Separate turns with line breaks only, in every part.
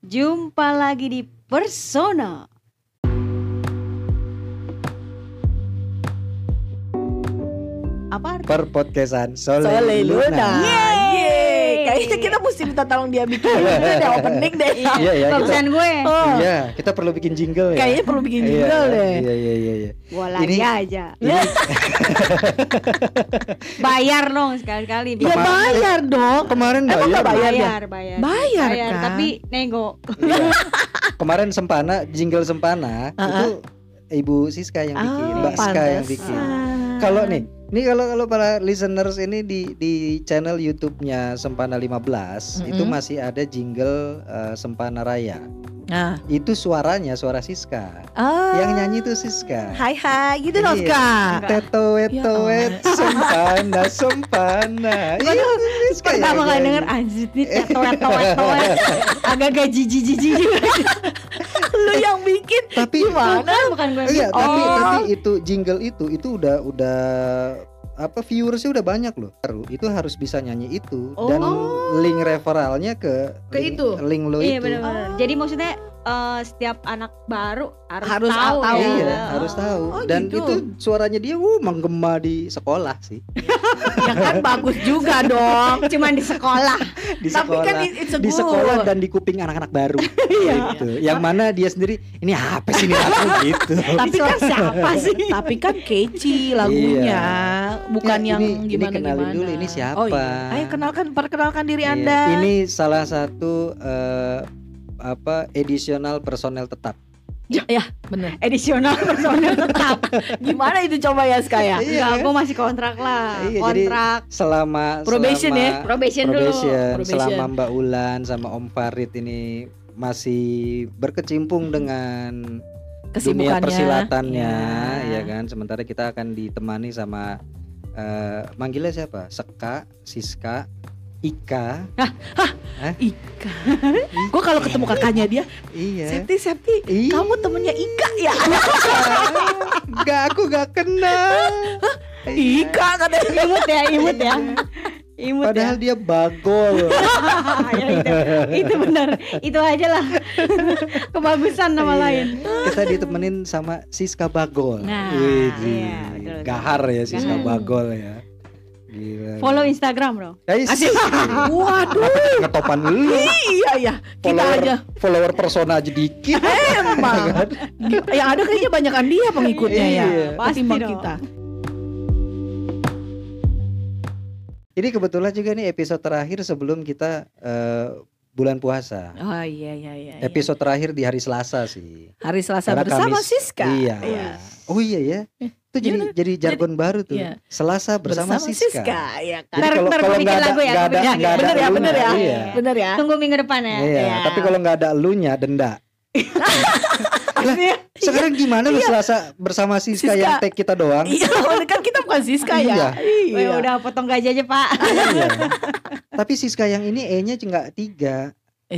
Jumpa lagi di Persona. Apa artinya?
Perpodcastan
Sole
Sole
Luna.
Luna.
Yeay. Kayaknya kita mesti minta tolong dia bikin deh opening deh.
Iya ya,
Bagusan gue.
Oh,
Iya, kita perlu bikin jingle ya.
kayaknya perlu bikin jingle
Iya,
deh.
Iya.
Gua lagi
Ini-
aja. Bayar dong sekali-kali.
Ya bayar dong.
Kemarin
Emang nggak bayar ya?
Bayar
kan?
tapi nego.
Iya. Kemarin Sempana, jingle Sempana itu Ibu Siska yang bikin, Mbak Siska yang bikin. Kalau kalau para listeners ini di channel YouTube-nya Sempana 15 itu masih ada jingle Sempana Raya.
Nah,
Itu suara Siska. Yang nyanyi itu Siska.
hai gitu dong
Iya.
Kak.
Tetowet Sempana. Iya, Siska
Pertama
yang
kali
nyanyi.
denger anjir nih toet. Agak-agak jijik juga.
Lu yang bikin.
Tapi
Bukan gue.
iya, tapi itu jingle itu udah apa viewersnya udah banyak loh. Itu harus bisa nyanyi itu dan link referralnya ke link,
itu?
link lo
Iya
itu.
benar-benar. Jadi maksudnya setiap anak baru
Harus
tahu.
tahu.
Ya.
Iya, harus tahu. Dan
gitu.
itu suaranya dia menggema di sekolah sih.
Ya kan bagus juga dong.
Cuman di sekolah.
Di
Tapi
sekolah,
kan it's a
di
good.
sekolah dan di kuping anak-anak baru. Gitu. Yang mana dia sendiri ini apa sih ini aku gitu.
Tapi kan
siapa sih?
Tapi kan catchy lagunya, bukan
Ya,
yang
ini
gimana.
kenalin dulu ini siapa.
Oh iya. Ayo perkenalkan diri
Iya,
Anda.
Ini salah satu edisional personel tetap.
Ya, bener.
Edisional personel tetap.
Gimana itu coba ya Skaya?
Enggak, gue masih kontrak lah.
Iya, jadi
kontrak.
selama
Probation ya?
Probation dulu.
Probation.
selama Mbak Ulan sama Om Farid ini masih berkecimpung dengan dunia
Kesibukannya.
persilatannya,
Ya.
ya kan. Sementara kita akan ditemani sama manggilnya siapa? Seka, Siska, Ika.
Ika. Gue kalau ketemu kakaknya dia,
Iya.
Septi,
Iya.
kamu temennya Ika ya?
Aku gak kenal.
Ika katanya.
Imut ya. Imut
Padahal
ya.
dia bagol.
Ya, itu benar. Itu aja lah. Kebagusan nama
Iya.
lain.
Kita ditemenin sama Siska Bagol.
Nah,
Widih.
iya, betul.
Gahar ya Siska
Gahar.
Bagol ya. Gila.
Follow Instagram bro.
Asik.
Waduh.
Ngetopan lu.
Iya. Kita aja.
Follower persona aja dikit.
Emang. Yang ada kayaknya banyakan dia pengikutnya ya.
Iya.
Pasti
Ketimbang
dong.
kita.
Ini kebetulan juga nih episode terakhir sebelum kita bulan puasa.
Oh iya.
Episode terakhir di hari Selasa sih.
Hari Selasa
Karena
bersama
Kamis-
Siska.
Iya.
Iya.
Oh iya ya. Itu jadi jargon baru tuh.
iya.
Selasa bersama Siska.
ya kan.
Jadi kalau
Ntar
kalau
gue bikin
nggak ada
lagu ya,
nggak
gue
ada
bikin.
nggak ada
Bener ya,
elunya,
bener ya.
iya.
Bener ya.
Tunggu minggu depan ya.
Iya.
Iya.
Tapi kalau nggak ada elunya denda. Lah, sekarang gimana lu Selasa bersama Siska
Siska.
yang tag kita doang?
Iya, kan kita bukan Siska
Iya.
ya.
Weh, udah potong gaji aja pak.
Iya. Tapi Siska yang ini E-nya nggak 3.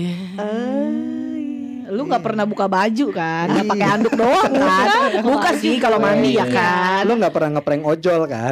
Lu nggak pernah buka baju kan? Nggak
Iya.
pakai handuk doang kan? Buka sih kalau mandi ya kan.
Lu nggak pernah ngeprank ojol kan?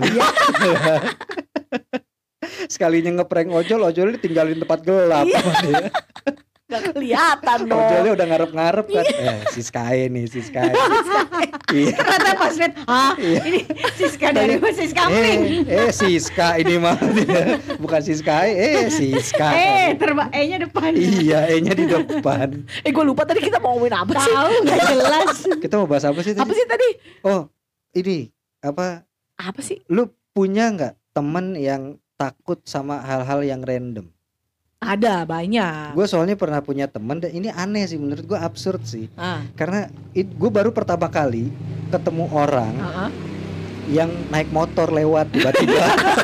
Sekalinya ngeprank ojolnya ditinggalin tempat gelap sama dia.
Gak kelihatan dong.
Ojolnya udah ngarep-ngarep kan. Siska nih. Iya.
Kata pas liat, ini Siska dari Siska Pink.
Siska ini mah dia. Bukan Siska Siska.
E-nya depan.
Iya, E-nya di depan.
Gue lupa tadi kita mau ngomongin apa sih?
Tahu nggak jelas.
Kita mau bahas apa sih tadi?
Apa sih tadi?
Oh, ini apa?
Apa sih?
Lu punya nggak temen yang takut sama hal-hal yang random?
Ada banyak.
Gue soalnya pernah punya temen dan ini aneh sih, menurut gue absurd sih.
Ah.
Karena gue baru pertama kali ketemu orang yang naik motor lewat tiba-tiba.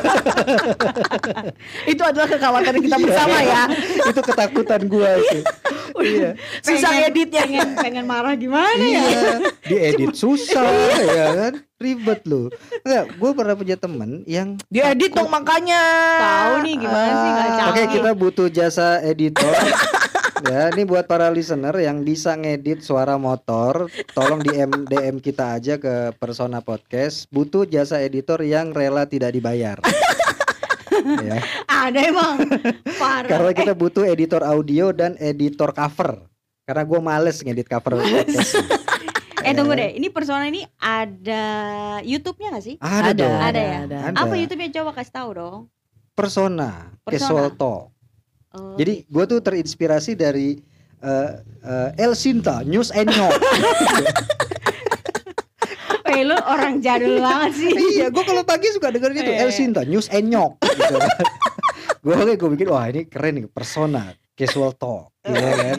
Itu adalah kekhawatiran kita bersama ya.
Itu ketakutan gue itu. Iya.
Susah editnya.
Pengen marah gimana ya?
Iya. Diedit susah ya kan. Ribet loh. Enggak, gue pernah punya temen yang
Diedit dong makanya.
Tahu nih gimana sih nggak canggih.
Oke, kita butuh jasa editor. Ya, ini buat para listener yang bisa ngedit suara motor, tolong DM kita aja ke Persona Podcast. Butuh jasa editor yang rela tidak dibayar. Ya.
Ada emang. Parah.
Karena kita butuh editor audio dan editor cover. Karena gue males ngedit cover podcast.
Tunggu deh, ini Persona ini ada YouTube-nya gak sih?
Ada dong.
Ada ya?
Ada.
Apa YouTube-nya, coba kasih tahu dong.
Persona. Casual Talk. Jadi gue tuh terinspirasi dari El Sinta, News and Nyok.
Lu orang jadul banget sih.
Iya, gue kalau pagi suka dengerin itu El Sinta, News and Nyok. Gitu. Gue bikin, wah ini keren nih, Persona, Casual Talk. Iya kan,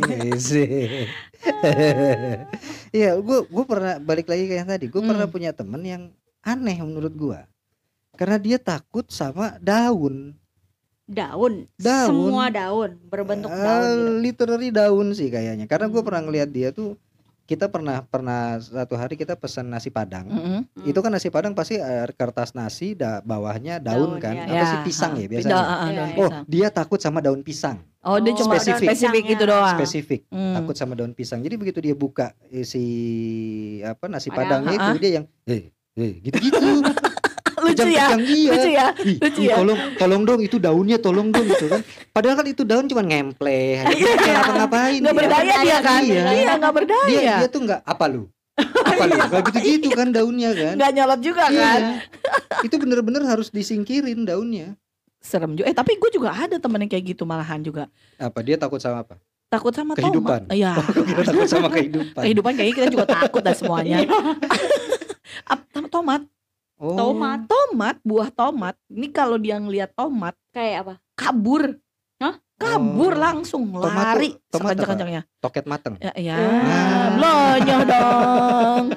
iya. Gue pernah balik lagi kayak tadi. Gue pernah punya temen yang aneh menurut gue, karena dia takut sama daun.
Semua daun berbentuk daun gitu.
Literally daun sih kayaknya. Karena gue pernah ngeliat dia tuh, kita pernah satu hari kita pesan nasi padang. Itu kan nasi padang pasti kertas nasi, bawahnya daun kan, apa sih, pisang ya biasanya. Dia takut sama daun pisang.
Oh, dia cuma spesifik itu doang.
Spesifik, takut sama daun pisang. Jadi begitu dia buka nasi padangnya itu, dia yang gitu-gitu.
Lucu ya.
Tolong dong itu daunnya, tolong dong gitu kan. Padahal kan itu daun cuma ngempleh, ngapa-ngapain.
Nggak berdaya dia kan. Iya, nggak berdaya.
Dia tuh nggak apa lu. Kayak gitu-gitu kan daunnya kan.
Nggak nyolot juga kan.
Itu bener-bener harus disingkirin daunnya.
Serem juga. Tapi gue juga ada temen yang kayak gitu malahan juga.
Apa dia takut sama apa?
Takut sama
kehidupan.
Iya.
Takut sama kehidupan.
Kehidupan kayaknya kita juga takut dah semuanya. Tomat. Tomat, buah tomat. Ini kalau dia ngelihat tomat
kayak apa?
Kabur.
Hah?
Kabur langsung, lari sekencang-kencangnya.
Toket mateng.
Ya. Blonyoh dong.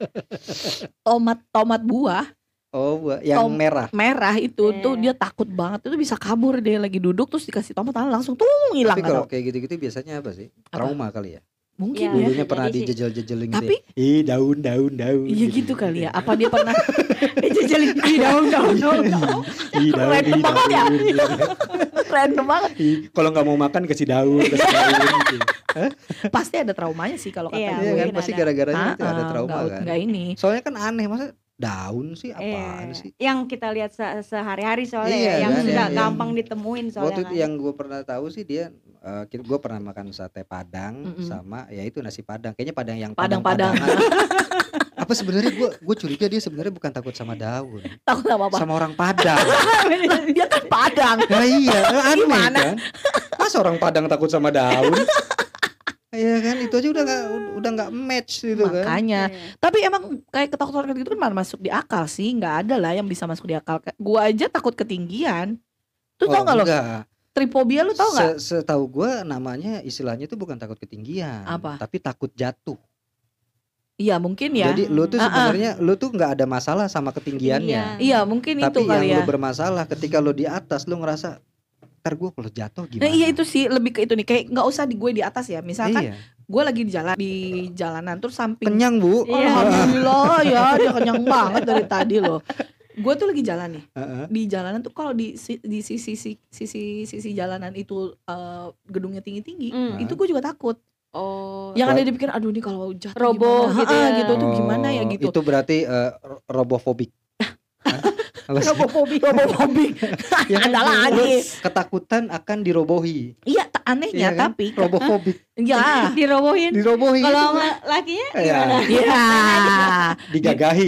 Tomat buah.
Oh, yang merah
itu tuh dia takut banget. Itu bisa kabur, dia lagi duduk terus dikasih tomat langsung hilang.
Tapi kalau kayak gitu-gitu biasanya apa sih? Trauma kali ya?
Mungkin
dulunya pernah dijejel-jejelin gitu.
Tapi
daun.
Iya gitu kali ya. Apa dia pernah
dijejelin daun.
Random banget ya. Random banget.
Kalau nggak mau makan kasih daun gitu.
Pasti ada traumanya sih kalau kata gue.
Iya kan, pasti gara-garanya itu ada trauma kan.
Enggak ini.
Soalnya kan aneh, masa daun sih apaan sih?
Yang kita lihat sehari-hari soalnya yang sudah gampang ditemuin soalnya.
Waktu itu yang gue pernah tahu sih dia gue pernah makan sate padang sama ya itu nasi padang. Kayaknya padang yang padang. Apa sebenarnya gue curiga dia sebenarnya bukan takut sama daun.
Takut sama apa?
Sama orang Padang.
Dia kan Padang.
Nah iya, aneh kan? Masa orang Padang takut sama daun? Iya kan, itu aja udah nggak match gitu kan.
Makanya. Tapi emang kayak ketakutan gitu kan mana masuk di akal sih, nggak ada lah yang bisa masuk di akal. Gua aja takut ketinggian. Tuh tau nggak lo? Tripobia lu tau nggak?
Setahu gua namanya istilahnya itu bukan takut ketinggian, tapi takut jatuh.
Iya mungkin ya.
Jadi lu tuh sebenarnya lu tuh nggak ada masalah sama ketinggiannya.
Iya mungkin itu kali ya.
Tapi yang lu bermasalah ketika lu di atas lu ngerasa ntar gue kalau jatuh gimana?
Nah iya itu sih lebih ke itu nih, kayak nggak usah gue di atas ya, misalkan gue lagi di jalanan terus samping
kenyang bu,
alhamdulillah ya dia kenyang banget dari tadi loh. Gue tuh lagi jalan nih di jalanan tuh, kalau di sisi jalanan itu gedungnya tinggi itu gue juga takut. Yang ada dipikir aduh nih kalau jatuh
roboh
gimana? Gitu tuh gimana ya gitu.
Itu berarti robofobik.
Robofobik
ya kan,
ada lagi
ketakutan akan dirobohi.
Iya anehnya kan? Tapi
robofobik
ya
dirobohin
kalau sama lakinya gimana?
Iya
digagahi.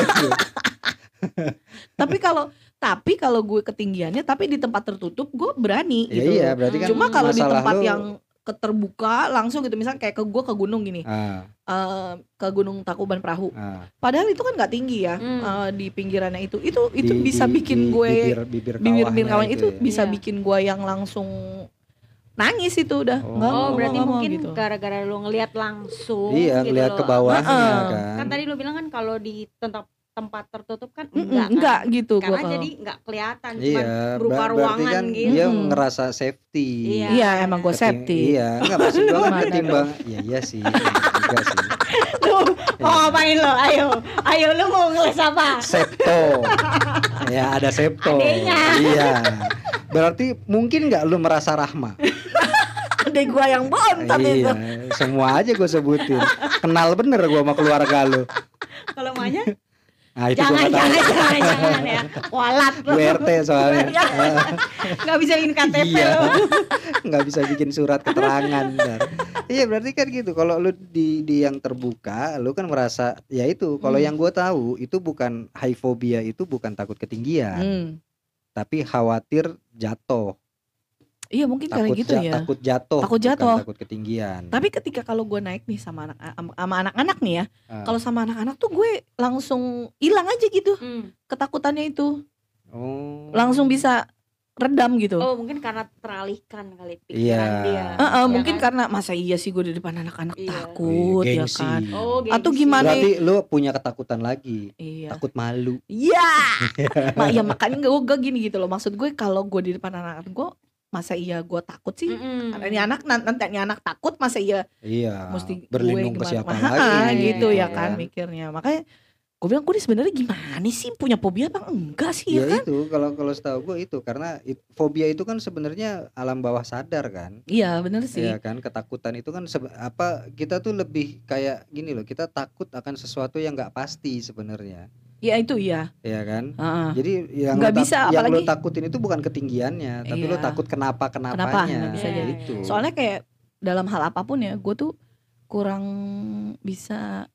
Tapi kalau gue ketinggiannya tapi di tempat tertutup gue berani gitu.
Iya berarti kan.
Cuma kalau di tempat yang keterbuka langsung gitu, misalnya kayak ke gunung gini, ke Gunung Tangkuban Perahu. Padahal itu kan nggak tinggi ya, di pinggirannya itu bisa bikin gue bibir kawan itu bisa bikin gue yang langsung nangis itu udah.
Berarti mungkin gitu. Gara-gara lu ngelihat langsung.
Iya,
gitu
ngelihat ke bawahnya kan.
Kan tadi lu bilang kan kalau di tempat tertutup kan
enggak gitu
karena jadi enggak kelihatan, cuma berupa ruangan kan gitu.
Dia ngerasa safety.
Iya emang gue safety.
Iya, enggak maksud gue kan ketimbang. Iya sih, juga sih.
Lu mau ngapain lo? Ayo lu mau ngeles apa?
Septo. Ya ada septo.
Adenya.
Iya. Berarti mungkin enggak lu merasa Rahma?
Adek gue yang bontot itu.
Iya, semua aja gue sebutin. Kenal bener gue sama keluarga lu.
Kalau Manya?
Nah, itu
Jangan ya. Walat lo.
WRT soalnya.
Nggak bisa bikin KTP
Iya.
lo.
Nggak bisa bikin surat keterangan. Iya berarti kan gitu. Kalau lu di yang terbuka, lu kan merasa ya itu. Kalau yang gue tahu itu bukan high phobia, itu bukan takut ketinggian, tapi khawatir jatuh.
Iya mungkin kayak gitu ya.
Takut jatuh. Bukan takut ketinggian.
Tapi ketika kalau gue naik nih sama anak-anak nih ya, kalau sama anak-anak tuh gue langsung hilang aja gitu ketakutannya itu. Langsung bisa redam gitu.
Oh mungkin karena teralihkan kali pikiran dia.
Mungkin karena masa iya sih gue di depan anak-anak takut ya kan.
Gengsi.
Atau gimana?
Berarti lu punya ketakutan lagi. Takut malu.
Iya. Ya makanya gue gini gitu loh. Maksud gue kalau gue di depan anak-anak gue, masa iya gue takut sih? Karena ini anak takut, masa iya mesti
berlindung ke siapa
lagi gitu ya kan mikirnya. Makanya gue bilang, gue sebenarnya gimana sih, punya fobia apa enggak sih ya kan?
Itu kalau setahu gue itu karena fobia itu kan sebenarnya alam bawah sadar kan.
Iya benar sih.
Iya kan, ketakutan itu kan kita tuh lebih kayak gini loh, kita takut akan sesuatu yang nggak pasti sebenarnya.
Ya itu iya.
Iya kan. Jadi yang lo takutin itu bukan ketinggiannya, tapi lo takut kenapa-kenapanya.
Bisa jadi.
Itu.
Soalnya kayak dalam hal apapun ya, gue tuh kurang bisa,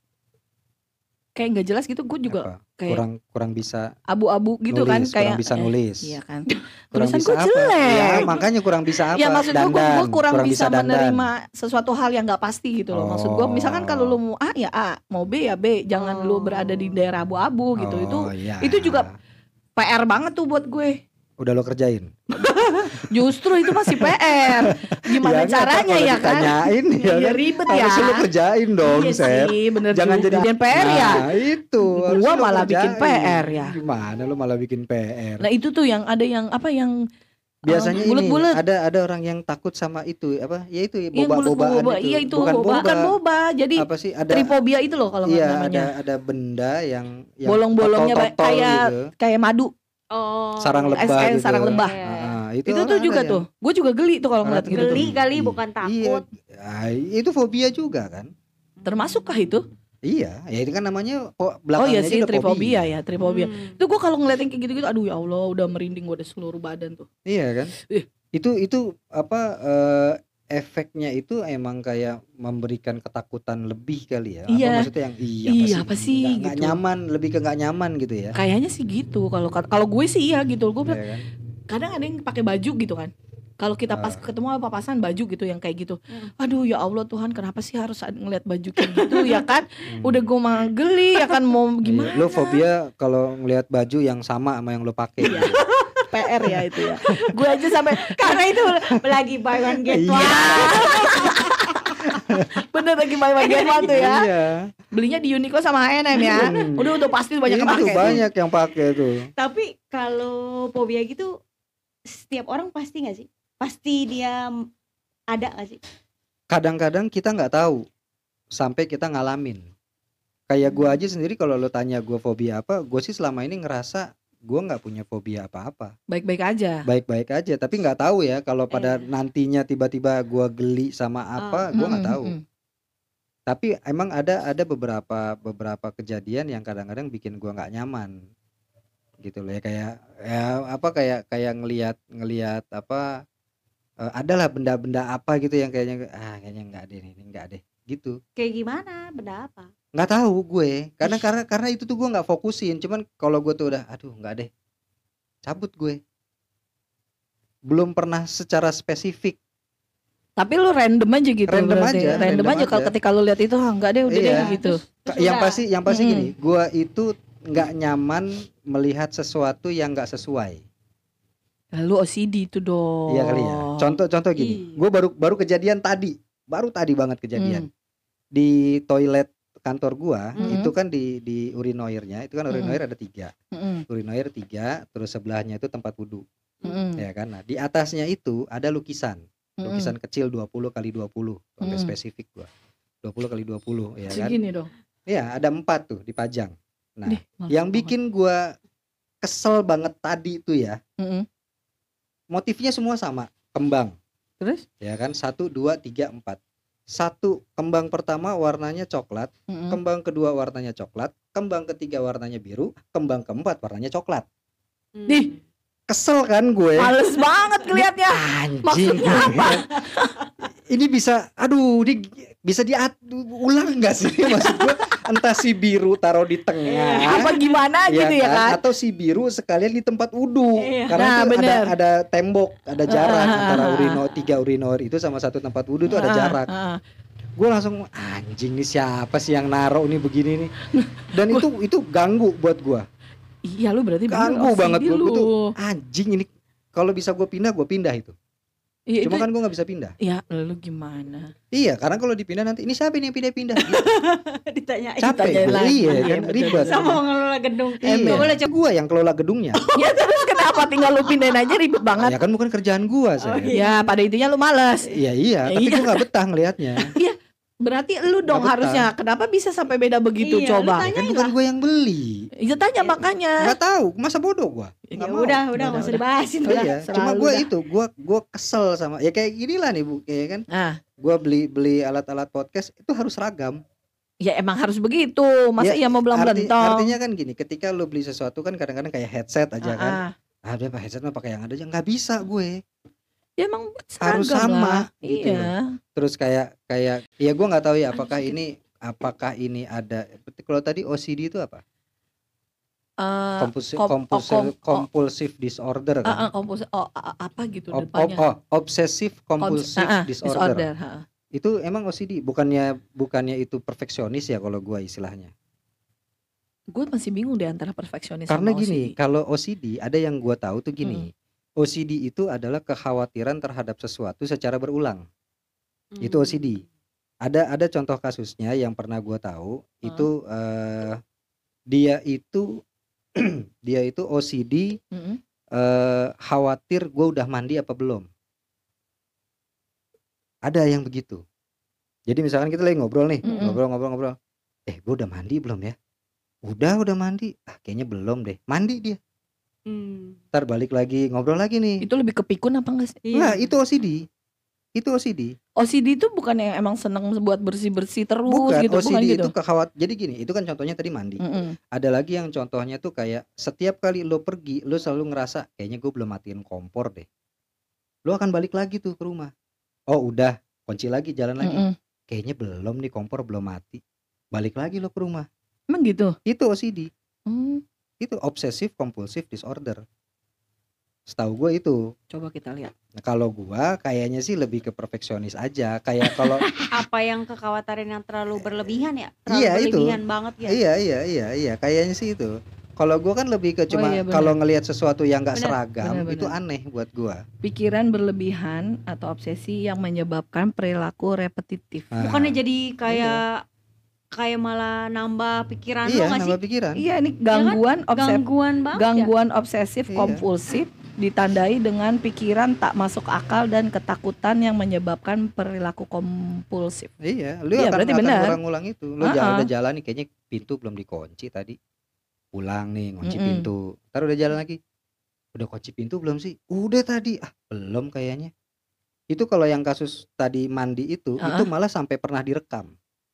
kayak nggak jelas gitu. Gue juga kayak
kurang bisa
abu-abu gitu
nulis,
kan, kayak
kurang bisa nulis.
Iya kan.
Tulisan
gue jelek.
Ya, makanya kurang bisa apa?
Ya maksud gue kurang bisa
dandan.
menerima sesuatu hal yang nggak pasti gitu loh. Maksud gue misalkan kalau lu mau A ya A, mau B ya B, jangan lu berada di daerah abu-abu gitu. Itu juga PR banget tuh buat gue.
Udah lo kerjain?
Justru itu masih PR. Gimana caranya ya kan?
Ditanyain ya kan?
Ribet ya.
Harus lo kerjain dong,
Sep. Bener
jangan
juga.
jadi
PR ya.
Itu.
Gua malah bikin PR ya.
Gimana lo malah bikin PR?
Nah itu tuh yang ada yang apa yang
biasanya
bulet-bulet.
Ada orang yang takut sama itu apa? Ya itu
boba-bobaan itu.
Iya itu.
Bukan boba. Jadi
apa sih? Ada
trifobia itu loh kalau namanya.
Ada benda yang
bolong-bolongnya kayak madu.
Sarang lebah gitu.
Sarang lebah. Itu tuh juga tuh. Gue juga geli tuh kalau ngeliat gitu.
Geli kali bukan takut.
Itu fobia juga kan?
Termasukkah itu?
Iya, ya itu kan namanya
belakangnya sih trifobia ya, trifobia. Itu gue kalau ngeliatin kayak gitu-gitu, aduh ya Allah, udah merinding gue, udah seluruh badan tuh.
Iya kan? Itu apa efeknya itu emang kayak memberikan ketakutan lebih kali ya?
Iya.
Apa maksudnya yang
apa sih?
Nggak gitu. Nyaman, lebih ke nggak nyaman gitu ya?
Kayaknya sih gitu. Kalau gue sih iya gitu. Gue bilang,
kan?
kadang ada yang pakai baju gitu kan. Kalau kita pas ketemu sama papasan baju gitu yang kayak gitu, aduh ya Allah Tuhan, kenapa sih harus ngeliat baju kayak gitu ya kan? Udah gue mah geli ya kan, mau gimana?
Lo fobia kalau ngeliat baju yang sama yang lo pakai.
Iya. PR ya itu ya. Gue aja sampai
karena itu lagi buy one get one.
Bener lagi buy one get one tuh ya.
Iya.
Belinya di Uniqlo sama H&M ya. Udah pasti banyak yang pakai.
Banyak yang pakai tuh.
Tapi kalau fobia gitu setiap orang pasti nggak sih? Pasti dia ada nggak sih?
Kadang-kadang kita nggak tahu sampai kita ngalamin. Kayak gue aja sendiri, kalau lo tanya gue fobia apa, gue sih selama ini ngerasa gue nggak punya fobia apa-apa.
Baik-baik aja. Tapi
nggak tahu ya kalau pada nantinya tiba-tiba gue geli sama apa, gue nggak tahu. Tapi emang ada beberapa kejadian yang kadang-kadang bikin gue nggak nyaman gitu loh ya, kayak ngelihat apa, adalah benda-benda apa gitu yang kayaknya nggak deh gitu.
Kayak gimana, benda apa?
Nggak tahu gue, karena itu tuh gue nggak fokusin. Cuman kalau gue tuh udah aduh nggak deh, cabut gue. Belum pernah secara spesifik.
Tapi lu random aja gitu.
Random aja
kalau ketika lu lihat itu enggak deh, udah deh gitu.
Yang pasti gini, gue itu nggak nyaman melihat sesuatu yang nggak sesuai.
Lalu OCD itu dong.
Iya kali ya. Contoh gini, gue baru kejadian tadi banget kejadian di toilet kantor gua. Itu kan di urinoirnya itu kan urinoir ada 3. Urinoir 3, terus sebelahnya itu tempat wudhu. Ya kan. Nah, di atasnya itu ada lukisan kecil 20 kali 20. Sampai spesifik gua. 20 kali 20 ya kan.
Segini dong.
Iya, ada 4 tuh dipajang. Nah, yang bikin gua kesel banget tadi itu ya. Motifnya semua sama, kembang.
Terus?
Ya kan, 1, 2, 3, 4. Satu, kembang pertama warnanya coklat, kembang kedua warnanya coklat, kembang ketiga warnanya biru, kembang keempat warnanya coklat.
Nih,
kesel kan gue.
males banget ngeliatnya.
Anjing.
Maksudnya apa?
Ini bisa, aduh, ini bisa diulang nggak sih? Maksud gue, entah si biru taruh di tengah,
Apa gimana gitu ya kan?
Atau si biru sekalian di tempat wudhu, karena
Nah,
itu ada tembok, ada jarak antara tiga urinor itu sama satu tempat wudhu itu ada jarak. Gue langsung anjing, nih siapa sih yang naruh nih begini nih? Dan itu ganggu buat gue.
Iya, lu berarti
ganggu banget gue tuh. Anjing, ini kalau bisa gue pindah itu. Iya, cuma kan gue nggak bisa pindah.
Iya, lu gimana?
Iya, karena kalau dipindah nanti ini siapa ini yang pindah-pindah? Gitu.
Ditanyain.
Capek gue, iya kan ribet.
Sama ngelola gedung.
Iya, boleh gue yang kelola gedungnya.
Ya terus kenapa tinggal lu pindahin aja ribet banget?
Ya kan bukan kerjaan gue saya.
Ya pada intinya lu malas.
Iya, tapi gue nggak betah ngelihatnya.
Iya. Berarti lu dong harusnya. Kenapa bisa sampai beda begitu coba?
Kan bukan gue yang beli.
Iya tanya makanya.
Nggak tahu, masa bodoh gue.
Ya udah nggak usah dibahasin.
Iya, cuma gue gue kesel sama ya kayak gini lah nih Bu, kayak kan. Gue beli alat-alat podcast itu harus seragam.
Ya emang harus begitu. Masa ya mau belentong.
Artinya kan gini, ketika lu beli sesuatu kan kadang-kadang kayak headset aja kan. Dia pakai headset mah pakai yang ada aja, nggak bisa gue.
Ya emang
harus sama
lah.
gitu. Iya. Terus kayak ya gue nggak tahu ya apakah ini ada. Kalau tadi OCD itu apa? Compulsive disorder kan?
Apa gitu depannya?
Obsessive compulsive disorder. Itu emang OCD, bukannya itu perfeksionis ya kalau gue istilahnya.
Gue masih bingung deh antara perfeksionis
karena
sama
gini,
OCD.
kalau OCD ada yang gue tahu tuh gini. OCD itu adalah kekhawatiran terhadap sesuatu secara berulang. Itu OCD. Ada contoh kasusnya yang pernah gue tahu itu dia itu OCD khawatir gue udah mandi apa belum. Ada yang begitu. Jadi misalkan kita lagi ngobrol nih, ngobrol. Gue udah mandi belum ya? Udah mandi. Kayaknya belum deh. Mandi dia. Ntar balik lagi ngobrol lagi nih.
Itu lebih ke pikun apa enggak sih?
Enggak, itu OCD. Itu OCD.
OCD itu bukan yang emang seneng buat bersih-bersih terus
bukan,
gitu.
OCD
bukan
itu
gitu.
Jadi gini, itu kan contohnya tadi mandi. Ada lagi yang contohnya tuh kayak setiap kali lo pergi, lo selalu ngerasa kayaknya gue belum matiin kompor deh. Lo akan balik lagi tuh ke rumah. Oh udah, kunci lagi, jalan lagi. Kayaknya belum nih, kompor belum mati. Balik lagi lo ke rumah.
Emang gitu?
Itu OCD. Itu obsessive compulsive disorder. Setahu gue itu.
Coba kita lihat.
Nah, kalau gue kayaknya sih lebih ke perfeksionis aja. Kayak kalau
apa yang kekhawatiran yang terlalu berlebihan ya? Terlalu
iya,
berlebihan
itu.
Banget ya.
Iya. Kayaknya sih itu. Kalau gue kan lebih ke cuma kalau ngelihat sesuatu yang nggak seragam itu aneh buat gue.
Pikiran berlebihan atau obsesi yang menyebabkan perilaku repetitif.
Bukannya jadi kayak malah nambah pikiran lo nggak sih?
Nambah pikiran.
Iya, ini gangguan
gangguan
obsesif kompulsif ditandai dengan pikiran tak masuk akal dan ketakutan yang menyebabkan perilaku kompulsif.
Iya, lu akan ulang-ulang itu. Lu udah jalan nih, kayaknya pintu belum dikunci tadi. Pulang nih, ngunci pintu. Ntar udah jalan lagi. Udah kunci pintu belum sih? Udah tadi. Belum kayaknya. Itu kalau yang kasus tadi mandi itu malah sampai pernah direkam.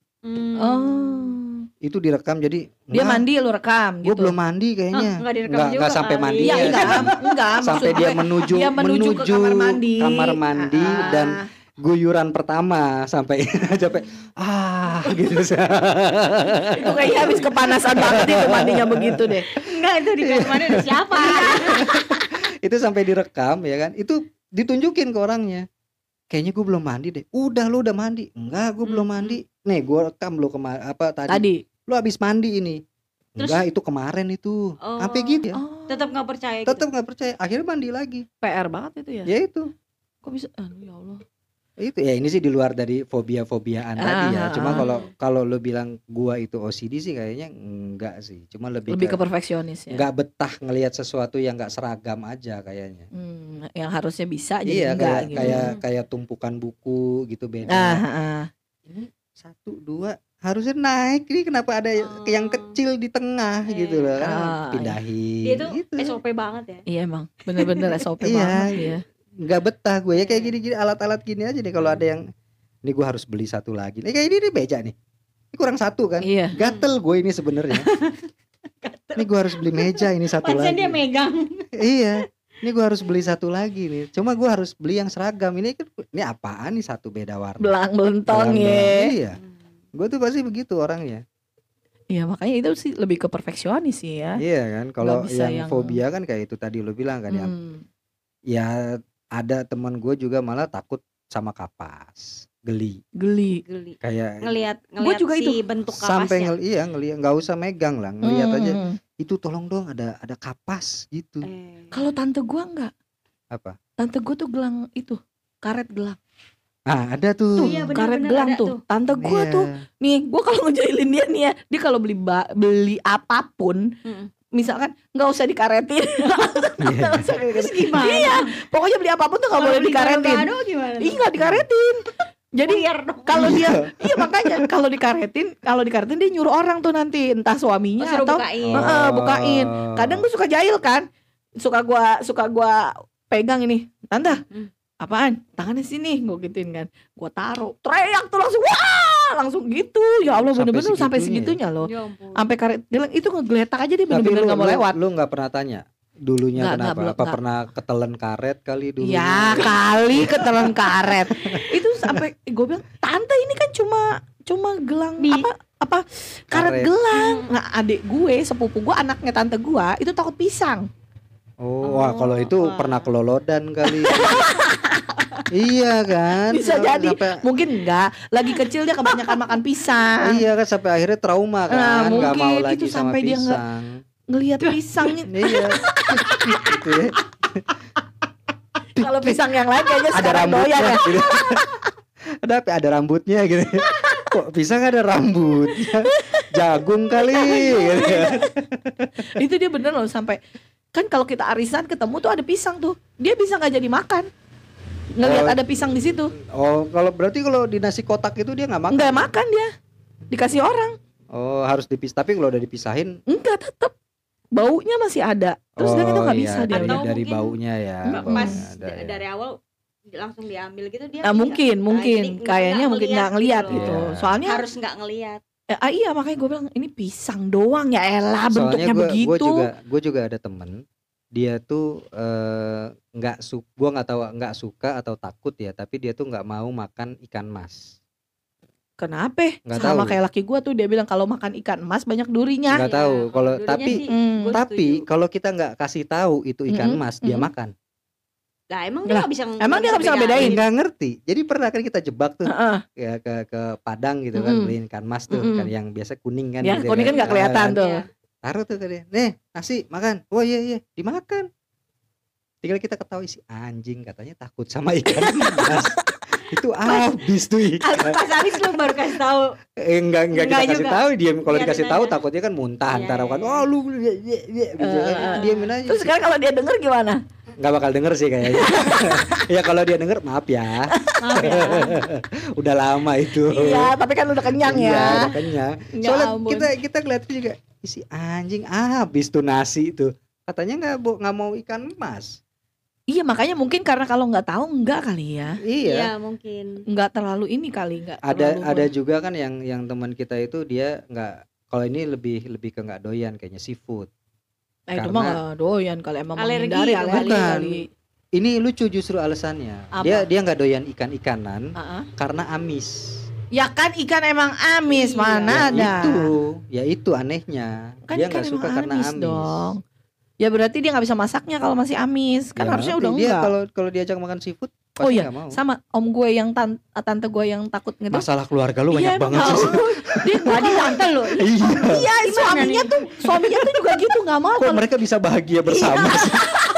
Itu direkam, jadi
dia mandi lu rekam gitu.
Gue belum mandi kayaknya. Enggak sampai mandi
ya. Enggak,
sampai dia menuju
ke kamar mandi
dan guyuran pertama sampai gitu.
Itu kayaknya habis kepanasan banget itu mandinya begitu deh.
Enggak, itu di kamar mandi ada siapa?
Itu sampai direkam ya kan. Itu ditunjukin ke orangnya. Kayaknya gue belum mandi deh. Udah, lu udah mandi? Enggak, gue belum mandi. Nih gue rekam lu tadi. Lu habis mandi ini. Enggak, itu kemarin itu. Sampai gitu ya.
Tetap nggak percaya.
Tetap nggak percaya. Akhirnya mandi lagi.
PR banget itu ya.
Ya itu.
Kok bisa? Ya Allah.
Itu ya, ini sih di luar dari fobia-fobiaan tadi ya. Cuma kalau lu bilang gua itu OCD sih kayaknya enggak sih. Cuma lebih
ke perfeksionis ya.
Enggak betah ngelihat sesuatu yang enggak seragam aja kayaknya.
Yang harusnya bisa jadi enggak gitu.
Kayak tumpukan buku gitu beda. Ini 1, 2 harusnya naik, ini kenapa ada yang kecil di tengah gitu loh kan, pindahin.
Dia itu
gitu.
SOP banget ya.
Iya emang bener-bener SOP banget ya.
Nggak betah gue ya kayak gini-gini, alat-alat gini aja nih kalau ada yang Ini gue harus beli satu lagi. Kayak ini beja nih. Ini kurang satu kan?
Iya.
Gatel gue ini sebenarnya. Ini gue harus beli meja ini satu lagi.
Dia megang.
Iya. Ini gue harus beli satu lagi nih. Cuma gue harus beli yang seragam. Ini apaan nih, satu beda warna.
Belang-belentong ya.
Iya. Gue tuh pasti begitu orangnya.
Iya, makanya itu sih lebih ke perfeksionis sih ya.
Iya kan. Kalau yang
yang
fobia kan kayak itu tadi lo bilang kan. Yang ya ada teman gue juga malah takut sama kapas. Geli. Kayak
ngelihat
juga
si
itu.
bentuk kapasnya.
Sampai ngelihat, nggak usah megang lah, ngelihat aja. Itu tolong dong ada kapas gitu.
Kalau tante gua enggak.
Apa?
Tante gua tuh gelang itu, karet gelang.
Ah, ada tuh.
Iya,
karet gelang tuh. Tante gua tuh. Nih, gua kalau ngejailin dia nih ya, dia kalau beli apapun, misalkan nggak usah dikaretin.
Terus gimana?
Iya, pokoknya beli apapun tuh nggak boleh dikaretin. Iya, nggak dikaretin. Jadi kalau dia, iya makanya kalau dikaretin dia nyuruh orang tuh nanti entah suaminya atau bukain. Kadang gue suka jahil kan, suka gua pegang ini, tante, apaan? Tangannya sini, gue gituin kan, gue taruh, teriak tuh langsung, wah, langsung gitu. Ya Allah, bener-bener sampai segitunya loh. Sampai karet, itu ngegeletak aja dia bener-bener nggak mau lewat.
Lu nggak pernah tanya? Dulunya kenapa? Apa pernah ketelan karet kali dulu?
Ya kali ketelan karet. Itu sampai gue bilang, tante ini kan cuma gelang apa karet gelang. Nah, adik gue, sepupu gue, anaknya tante gue itu takut pisang.
Wah, kalau itu pernah kelolodan kali. Iya kan?
Bisa jadi, mungkin enggak. Lagi kecil dia kebanyakan makan pisang.
Iya kan, sampai akhirnya trauma kan, nggak mau lagi sama
sampai
pisang.
Dia ngelihat pisangnya.
Iya. Gitu ya.
Kalau pisang yang lain kayaknya
ada rambutnya ya. Gitu. Ada rambutnya gitu. Kok pisang ada rambutnya? Jagung kali gitu.
Itu dia bener loh, sampai kan kalau kita arisan ketemu tuh ada pisang tuh, dia bisa nggak jadi makan. Ngelihat ada pisang di situ.
Kalau berarti kalau di nasi kotak itu dia nggak makan?
Nggak makan dia, dikasih orang.
Harus dipisah. Tapi kalau udah dipisahin?
Enggak, tetap baunya masih ada. Terus dia itu nggak bisa dia.
Dari baunya ya.
Pas dari awal langsung diambil gitu dia.
Nah, mungkin kayaknya mungkin nggak ngelihat gitu. Soalnya
harus nggak ngelihat.
Iya, makanya gue bilang ini pisang doang ya elah, bentuknya begitu.
Gue juga ada temen, dia tuh gue nggak tahu nggak suka atau takut ya, tapi dia tuh nggak mau makan ikan mas.
Kenapa? Sama kayak laki gue tuh, dia bilang kalau makan ikan emas banyak durinya.
Nggak tahu kalau tapi kalau kita nggak kasih tahu itu ikan emas, dia makan.
Lah emang dia nggak bisa
bedain.
Nggak ngerti. Jadi pernah kan kita jebak tuh ya ke Padang gitu kan, beliin ikan mas tuh kan yang biasa kuning kan.
Ya kuning kan nggak kelihatan tuh.
Taruh tuh tadi, nih nasi makan. Oh iya dimakan. Tinggal kita ketahui si anjing katanya takut sama ikan mas. Itu habis tuh ikan.
Pas habis lu baru kasih tahu.
Enggak kita kasih tahu, dia kalau dikasih tahu takutnya kan muntah antara kan. Oh lu diamin aja.
Terus sekarang kalau dia denger gimana?
Nggak bakal denger sih kayaknya. Ya kalau dia denger maaf ya. Udah lama itu.
Iya, tapi kan udah kenyang ya.
Iya, udah kenyang. Soalnya kita ngeliat juga si anjing habis tuh nasi itu. Katanya nggak mau ikan emas.
Iya, makanya mungkin karena kalau nggak tahu enggak kali ya.
Iya,
mungkin.
Nggak terlalu ini kali, nggak.
Ada juga kan yang teman kita itu dia nggak, kalau ini lebih ke nggak doyan kayaknya seafood.
Nah itu mah gak doyan kalau emang
menghindari
alergi.
Ini lucu justru alasannya. Apa? Dia nggak doyan ikan-ikanan karena amis.
Ya kan ikan emang amis, mana ada.
Itu anehnya.
Kan
dia nggak suka karena amis
dong. Ya berarti dia nggak bisa masaknya kalau masih amis. Kan harusnya udah enggak.
Dia kalau diajak makan seafood pasti nggak mau.
Sama om gue yang tante gue yang takut gitu.
Masalah keluarga lu banyak banget sih.
Dia tadi tante lo. Iya, suaminya tuh juga gitu, nggak mau.
Kok mereka bisa bahagia bersama sih?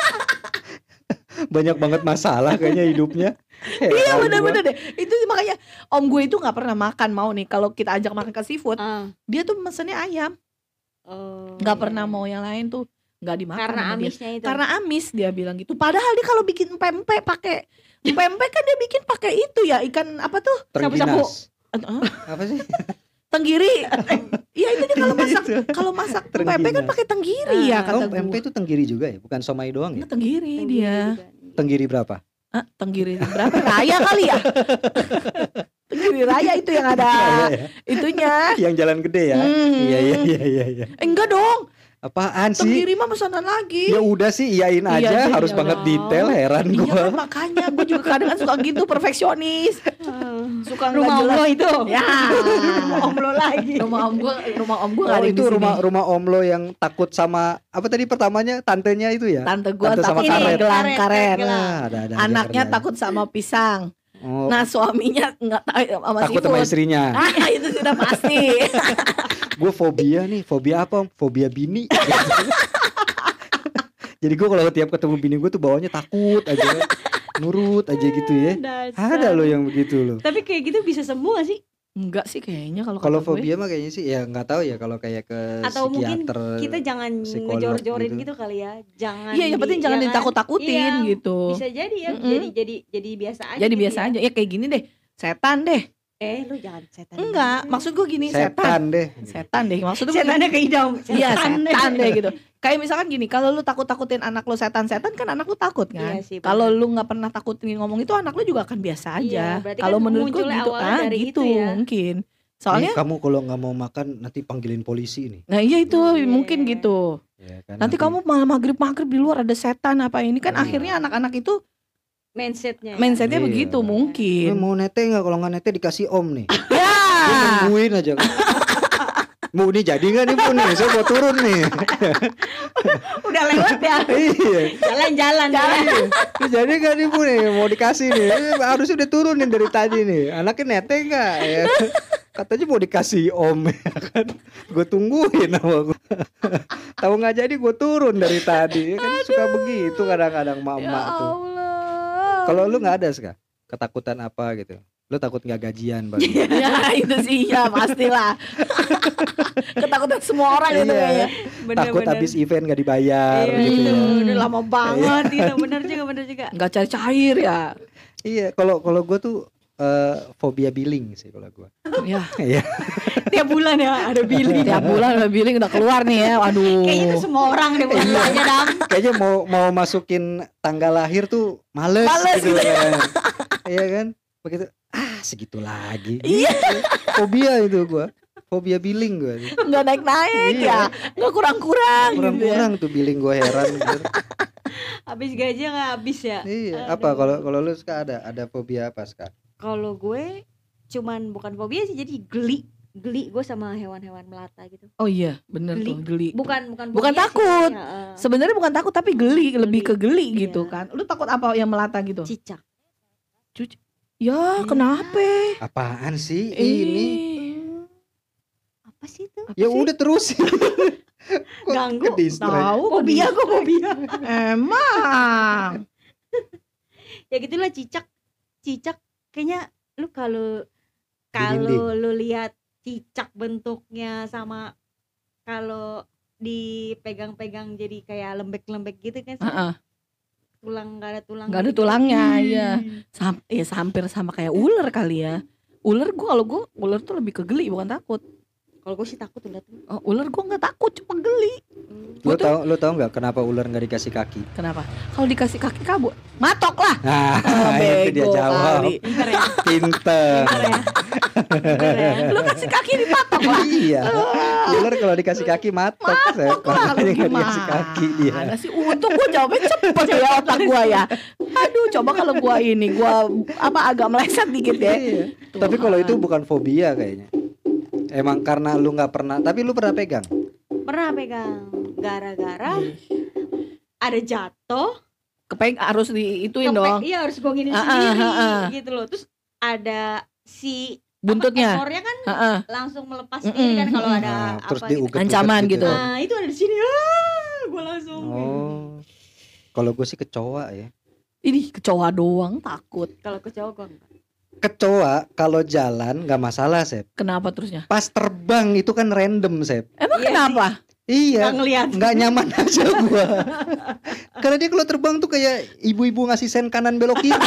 Banyak banget masalah kayaknya hidupnya.
Iya benar-benar deh. Itu makanya om gue itu nggak pernah makan mau nih kalau kita ajak makan ke seafood. Dia tuh mesennya ayam. Nggak pernah mau yang lain tuh. Nggak dimakan
karena amisnya itu.
Karena amis dia bilang gitu. Padahal dia kalau bikin pempek pakai pempek kan dia bikin pakai itu ya, ikan apa tuh?
Sapu-sapu. Apa sih?
Tenggiri. Iya itu dia kalau masak pempek kan pakai tenggiri ya kata gue.
Pempek itu tenggiri juga ya, bukan somai doang ya?
Tenggiri dia.
Tenggiri berapa?
Tenggiri berapa? Raya kali ya? Penjuri raya itu yang ada itunya.
Yang jalan gede ya. Iya.
Enggak dong.
Apaan sih?
Pengiriman pesanan lagi.
Ya udah sih iyain aja, harus banget detail, heran
Iya
gua.
kan, makanya gue juga kadang suka gitu, perfeksionis. Suka nggak
Rumah om
jelas
lo itu.
ya.
Rumah om lo lagi.
Rumah om gue nggak
Oh,
ada
itu
di sini.
rumah om lo yang takut sama apa tadi pertamanya tantenya itu ya?
Tante gue
Tante sama
takut sama
karet.
gelang karet.
Nah, ada
Anaknya
aja
takut sama pisang.
Oh,
Nah suaminya nggak tahu sama
takut sama
seafood.
istrinya.
Ah, itu sudah pasti.
Gue fobia nih, fobia apa om? Fobia bini. Jadi gue kalau tiap ketemu bini gue tuh bawanya takut aja, nurut aja gitu ya. Ada lo yang begitu lo.
Tapi kayak gitu bisa sembuh gak sih?
Enggak sih kayaknya kalau
Kalau
kata gue.
fobia mah kayaknya sih ya nggak tahu ya kalau kayak ke
Atau mungkin
psikiater.
kita jangan
psikolog
ngejor-jorin
gitu.
gitu kali ya. Jangan
Iya, yang penting jangan
jangan-
ditakut-takutin
iya,
gitu.
Bisa jadi ya.
Mm-mm.
Jadi biasa aja.
Jadi
gitu
biasa
ya.
aja. Ya kayak gini deh. Setan deh.
Lu jangan setan.
Enggak, maksud gue gini,
Setan deh.
Setan deh. Maksud gue
Setannya ke idam.
iya, setan deh gitu. Kayak misalkan gini, kalau lu takut-takutin anak lu setan-setan kan anak lu takut kan.
Iya sih,
Kalau
benar.
lu nggak pernah takutin ngomong itu anak lu juga akan biasa aja.
Iya, berarti
Kalau
kan
menurut gue
munculnya
gitu
awalnya dari
gitu
itu ya.
mungkin. Soalnya
Nih, kamu kalau nggak mau makan nanti panggilin polisi nih.
nah iya itu
Iya.
mungkin gitu.
Ya, kan,
Nanti kamu malah maghrib di luar ada setan apa ini kan
Iya.
akhirnya anak-anak itu
Mindsetnya.
mindsetnya
Iya.
begitu
"Eh,
mungkin.
mau nete nggak? Kalau nggak nete dikasih om nih.
Ya.
Dia nungguin aja. Bu ini jadi nggak nih Bu nih? Saya mau turun nih.
Udah lewat ya.
Iya.
Jalan-jalan.
Ini jadi nggak nih Bu nih? Mau dikasih nih. Harusnya udah turunin dari tadi nih. Anaknya nete nggak? Ya. Katanya mau dikasih om, ya kan? Gue tungguin sama gue. Tahu nggak jadi gue turun dari tadi. Ya kan suka begitu kadang-kadang
Ya
mak-mak tuh.
Allah.
Kalau lu nggak ada Ska? Ketakutan apa gitu? Lu takut nggak gajian Bang?
Ya itu sih ya pastilah. Ketakutan semua orang itu
Iya.
kayaknya.
Takut habis event nggak dibayar
Iya,
gitu
itu
ya.
udah lama banget itu. Bener juga.
Nggak cair ya.
Iya, kalau gue tuh fobia billing sih kalau gue.
Ya.
Iya.
Tiap bulan ya ada billing.
Tiap bulan udah billing udah keluar nih ya. Aduh.
Kayaknya itu semua orang deh bukan lu aja Dam.
Kayaknya mau masukin tanggal lahir tuh males gitu kan. Iya kan? Begitu segitu lagi.
Iya.
Fobia itu gue. Fobia billing gue.
Nggak naik-naik ya. Nggak kurang-kurang gitu ya.
Kurang-kurang tuh billing gue heran gitu.
Habis gaji nggak habis ya.
Iya.
Aduh.
Apa kalau lu Ska ada fobia apa Ska?
Kalau gue cuman bukan fobia sih, jadi geli gue sama hewan-hewan melata gitu.
Oh iya, bener tuh geli.
Bukan
Bukan
fobia sih,
takut.
ya,
Sebenarnya bukan takut tapi geli, lebih ke geli
Iya.
gitu kan. Lu takut apa yang melata gitu?
cicak.
Ya, kenapa?
Apaan sih ini?
Apa sih itu?
Ya udah terusin. Kok
Ganggu.
ke-distract?
Tahu
Fobia gue fobia.
Emang.
Ya gitulah cicak kayaknya lu kalau
dinding.
lu lihat cicak bentuknya sama kalau dipegang-pegang jadi kayak lembek-lembek gitu kan sih.
Heeh.
Tulang nggak ada tulang.
Nggak ada
gitu.
tulangnya, iya. Hampir sama kayak ular kali ya. Ular gua ular tuh lebih ke geli bukan takut.
Kalau gue sih takut lihat.
Oh, ular gua nggak takut, cuma geli.
Lu tahu nggak kenapa ular nggak dikasih kaki?
Kenapa? Kalau dikasih kaki kabur, matok lah.
Nah, itu dia
Bego
jawab.
kali.
Pinter ya.
Pinter.
Pinter ya.
Lu kasih kaki dipatok lah.
Iya. Ular kalau dikasih kaki matok.
Lah, lu
Makanya nggak dikasih
gimana?
kaki dia.
Ada sih untung gua jawabnya cepet ya otak gua ya. Aduh, coba kalau gua agak meleset dikit deh.
Iya. Tapi kalau itu bukan fobia kayaknya. Emang karena lu nggak pernah. Tapi lu pernah pegang.
Pernah pegang gara-gara ada jatuh.
Harus diituin dong.
Iya harus gue gini
Ah,
sendiri
ah, ah.
gitu loh. Terus ada si
Buntutnya.
ekornya kan
Heeh.
langsung melepas sendiri kan kalau ada
Nah, terus
apa gitu.
diuget
Ancaman gitu.
Nah itu ada di sini. Gue langsung.
Oh. Kalau gue sih kecoa ya.
Ini kecoa doang takut.
Kalau kecoa gue enggak.
Kecoa kalau jalan nggak masalah Sep.
Kenapa terusnya?
Pas terbang itu kan random Sep.
Emang
Iya
kenapa?
Iya.
Nggak ngeliat.
Nggak nyaman aja gua. Karena dia kalau terbang tuh kayak ibu-ibu ngasih sen kanan belok kiri.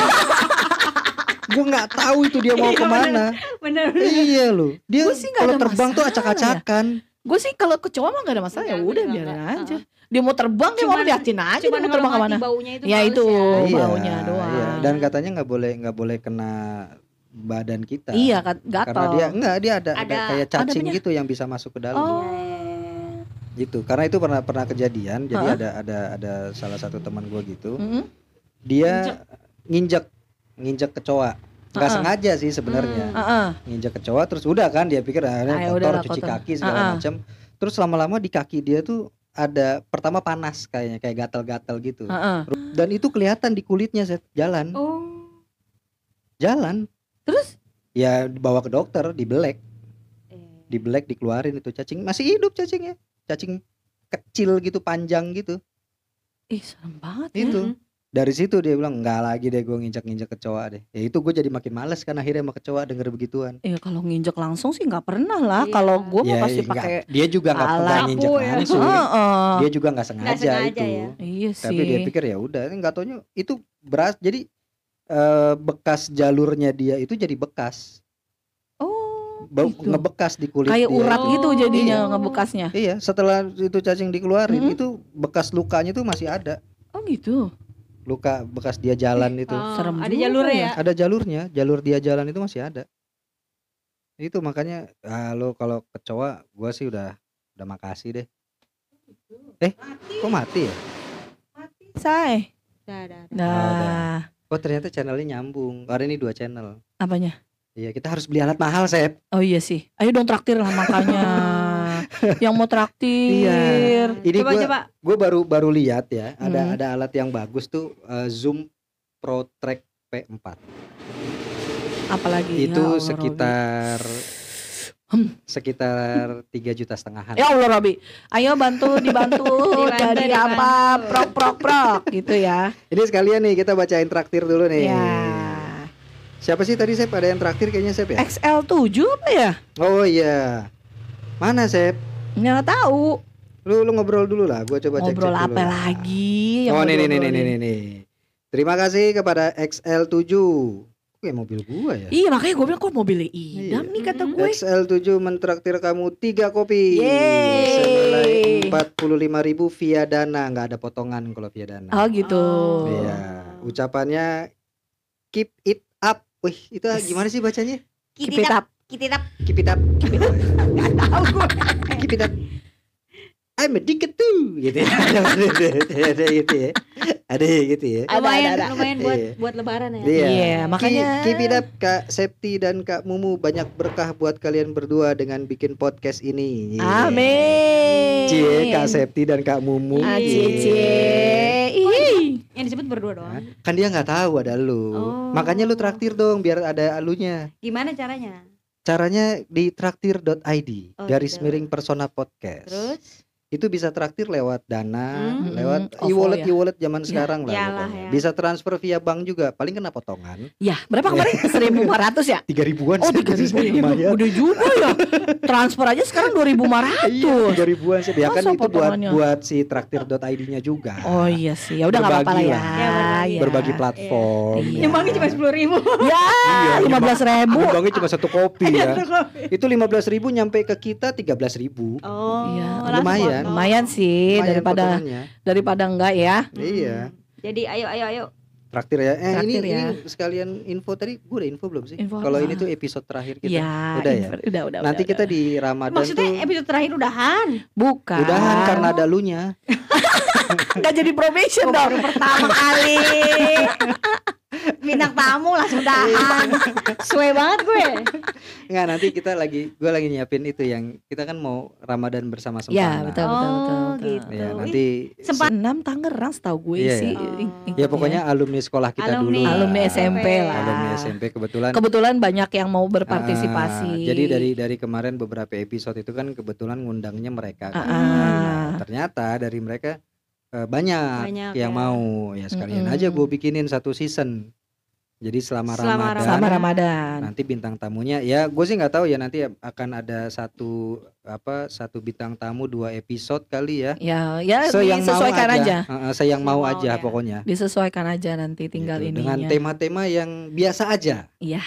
Gua nggak tahu itu dia mau
Iya,
kemana.
Bener.
Iya loh. Dia
Gua sih nggak
kalau
ada
terbang tuh
masalah
acak-acakan.
Gue sih kalau kecoa mah gak ada masalah ya
Enggak,
udah
enggak,
biarin
enggak.
aja. Dia mau terbang dia mau
Cuman-
liatin aja dia
Cuman
mau
kalau
terbang
mati
kemana.
baunya itu
Ya
males
itu.
ya.
baunya doang.
Iya. Dan katanya nggak boleh kena badan kita.
Iya kan, gatal.
Karena dia ada kayak cacing
ada
gitu yang bisa masuk ke dalam.
Oh.
Gitu. Karena itu pernah kejadian. Jadi ada salah satu teman gue gitu. Dia nginjek kecoa. Nggak sengaja sih sebenarnya. Nginjek kecoa terus udah kan dia pikir kotor, cuci kaki segala macam. Terus lama-lama di kaki dia tuh ada pertama panas kayaknya, kayak gatal-gatal gitu. Dan itu kelihatan di kulitnya jalan. Jalan. Terus? Ya dibawa ke dokter, dibelek. Dibelek, dikeluarin itu cacing. Masih hidup cacingnya. Cacing kecil gitu, panjang gitu.
Serem banget
itu. Dari situ dia bilang enggak lagi deh gue nginjek kecoa deh. Ya itu gue jadi makin males kan akhirnya sama kecoa denger begituan.
Kalau nginjek langsung sih nggak pernah lah. Kalau gue mah pasti pakai.
Dia juga nggak nginjek langsung. Dia juga nggak sengaja itu.
Ya. Iya sih.
Tapi dia pikir ya udah, nggak taunya itu beras. Jadi bekas jalurnya dia itu jadi bekas. Gitu. Ngebekas di kulit
kayak
dia.
Urat gitu jadinya ngebekasnya.
Iya, setelah itu cacing dikeluarin itu bekas lukanya tuh masih ada.
Oh gitu.
Luka bekas dia jalan itu.
Serem
ada jalurnya ya?
Ada jalurnya, jalur dia jalan itu masih ada. Itu makanya lo kalau kecoa gua sih udah makasih deh. Kok mati ya?
Mati, say.
Nah. Oh ternyata channelnya nyambung. Karena ini 2 channel.
Apanya?
Iya kita harus beli alat mahal Sep.
Oh iya sih. Ayo dong traktir lah makanya. Yang mau traktir.
Iya. Ini
coba.
Gue baru lihat ya. Ada alat yang bagus tuh Zoom Pro Track P4.
Apalagi?
Itu sekitar 3,5 juta.
Ya Allah Robi. Ayo dibantu jadi apa? Prok gitu ya.
Ini sekalian nih kita bacain traktir dulu nih.
Ya.
Siapa sih tadi Sep? Ada yang traktir kayaknya Sep ya?
XL7 apa ya?
Oh iya. Mana Sep?
Nggak tahu.
Lu ngobrol dulu lah, gua coba cek dulu.
Ngobrol apa lagi?
Oh nih. Terima kasih kepada XL7. Kayak mobil gua ya.
Iya makanya gue bilang kok mobilnya idam nih kata gue.
XL7 mentraktir kamu 3 kopi.
Yeay.
Senilai 45.000 via Dana, nggak ada potongan kalau via Dana.
Oh gitu.
Iya. Ucapannya keep it up. Wih, itu gimana sih bacanya?
Keep it up.
Gak tahu gue. Keep it up. I'm addicted too gitu ya. Ada gitu ya. Ada gitu ya.
Lumayan buat lebaran ya.
Iya,
makanya
keep it up Kak Septi dan Kak Mumu, banyak berkah buat kalian berdua dengan bikin podcast ini.
Amin.
Cie Kak Septi dan Kak Mumu.
Yang disebut berdua doang.
Kan dia nggak tahu ada lu. Makanya lu traktir dong biar ada alunya.
Gimana caranya?
Caranya di traktir.id / Persona Podcast. Terus itu bisa traktir lewat Dana, lewat e-wallet zaman sekarang lah. Bisa transfer via bank juga, paling kena potongan.
Ya, berapa kemarin? 1.500 ya?
3.000-an.
Oh 3.000 udah juga ya. Transfer aja sekarang 2.500.
Iya 3.000-an sih. Ya kan itu buat si traktir.id-nya juga.
Oh iya sih, ya udah nggak apa-apa lah ya.
Berbagi platform.
Yang banknya cuma 10.000.
Ya 15.000.
Banknya cuma 1 kopi ya. Itu 15.000 nyampe ke kita 13.000.
Oh
iya.
Lumayan sih daripada enggak ya.
Iya.
Jadi ayo
traktir ya.
Traktir
ini sekalian info tadi, gue udah info belum sih?
Kalau
ini tuh episode terakhir kita.
Ya,
udah ya.
Udah.
Nanti kita di Ramadan.
Maksudnya episode terakhir udahan?
Bukan.
Udahan karena ada lunya.
Enggak jadi probation dong.
Pertama kali. Bintang tamu langsung udahan. Suwe banget gue.
Enggak, nanti gue lagi nyiapin itu yang kita kan mau Ramadan bersama Sempana.
Ya betul.
Gitu.
Ya, nanti
Sempana Tangerang setahu gue sih.
Ya pokoknya alumni sekolah kita dulu.
Alumni SMP lah.
Alumni SMP
kebetulan banyak yang mau berpartisipasi.
Jadi dari kemarin beberapa episode itu kan kebetulan ngundangnya mereka. Ternyata dari mereka banyak yang mau ya sekalian aja gue bikinin 1 season. Jadi selama Ramadan nanti bintang tamunya ya gue sih nggak tahu ya, nanti akan ada satu bintang tamu 2 episode kali ya.
Ya disesuaikan aja.
Saya mau aja pokoknya.
Disesuaikan aja nanti tinggal
gitu,
ininya.
dengan tema-tema yang biasa aja.
Iya.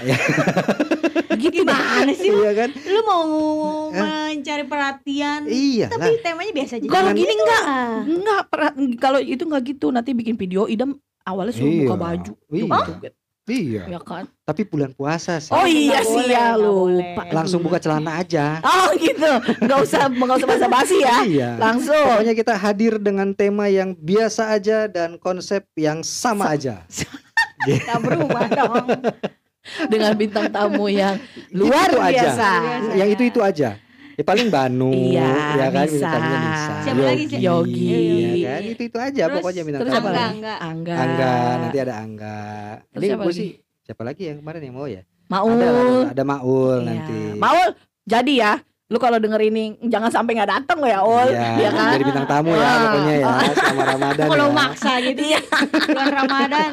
Gimana sih?
Iya kan?
Lu mau mencari perhatian.
Iya.
Tapi temanya biasa aja.
Kalau gini enggak kalau itu enggak gitu, nanti bikin video idam awalnya suruh buka baju.
Iya.
Ya kan?
Tapi bulan puasa sih.
Oh iya sih ya, lupa.
Langsung buka celana aja.
Oh gitu. Enggak usah basa-basi ya.
Iya.
Langsung.
Pokoknya kita hadir dengan tema yang biasa aja dan konsep yang sama aja.
Gak berubah dong.
Dengan bintang tamu yang luar
itu
biasa.
Aja. Yang itu aja. Ya paling Banu,
iya,
ya kan,
Nisa.
bintang tamunya Nisa.
Siapa lagi sih?
Yogi.
Ya kan, itu aja
Terus,
pokoknya bintang
terus
tamu.
Angga.
Nanti ada Angga.
Terus
Ini
siapa
gue
lagi?
sih siapa lagi yang kemarin yang mau ya?
Maul.
Ada Maul
Iya.
nanti.
Maul, jadi ya. Lu kalau denger ini jangan sampai nggak datang lo ya, Ul.
Iya,
kan?
jadi bintang tamu ya pokoknya ya selama Ramadan.
Kalau
ya.
maksa gitu ya. Bulan Ramadan.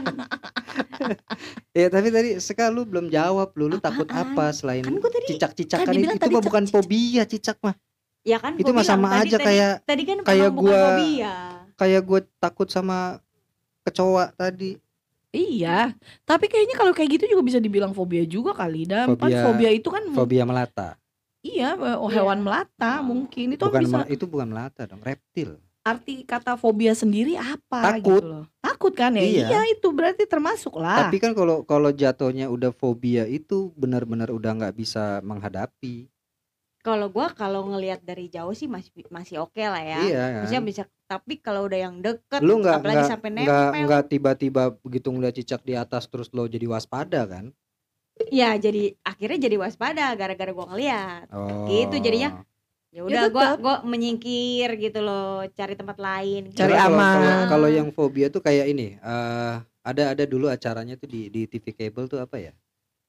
Ya tapi tadi lu belum jawab lu takut apa selain
Kan gua tadi-
cicak-cicakan
kan dibilang
itu
tadi
mah bukan
cicak-cicak.
fobia cicak mah.
Ya kan
Itu
gua
mah sama
bilang,
aja
tadi kan
kayak
memang bukan
gua-
fobia.
Kayak gue takut sama kecoa tadi.
Iya, tapi kayaknya kalau kayak gitu juga bisa dibilang fobia juga kali. Dan fobia itu kan
Fobia melata.
iya, hewan melata mungkin itu bisa.
Itu bukan melata dong, reptil.
Arti kata fobia sendiri apa
Takut.
gitu loh. Takut kan ya?
Iya.
Iya, itu berarti termasuk lah.
Tapi kan kalau jatuhnya udah fobia itu benar-benar udah nggak bisa menghadapi.
Kalau gua kalau ngelihat dari jauh sih masih oke lah ya.
Iya kan?
Maksudnya bisa, tapi kalau udah yang deket
Lu
apalagi sampai nempel.
nggak tiba-tiba begitu ngeliat cicak di atas terus lo jadi waspada kan?
Ya jadi akhirnya jadi waspada gara-gara gua ngelihat.
Oh.
Gitu jadinya. Ya udah
tetep.
gua menyingkir gitu loh, cari tempat lain.
Cari
Karena
aman.
Kalau yang fobia tuh kayak ini, ada dulu acaranya tuh di TV kabel tuh apa ya?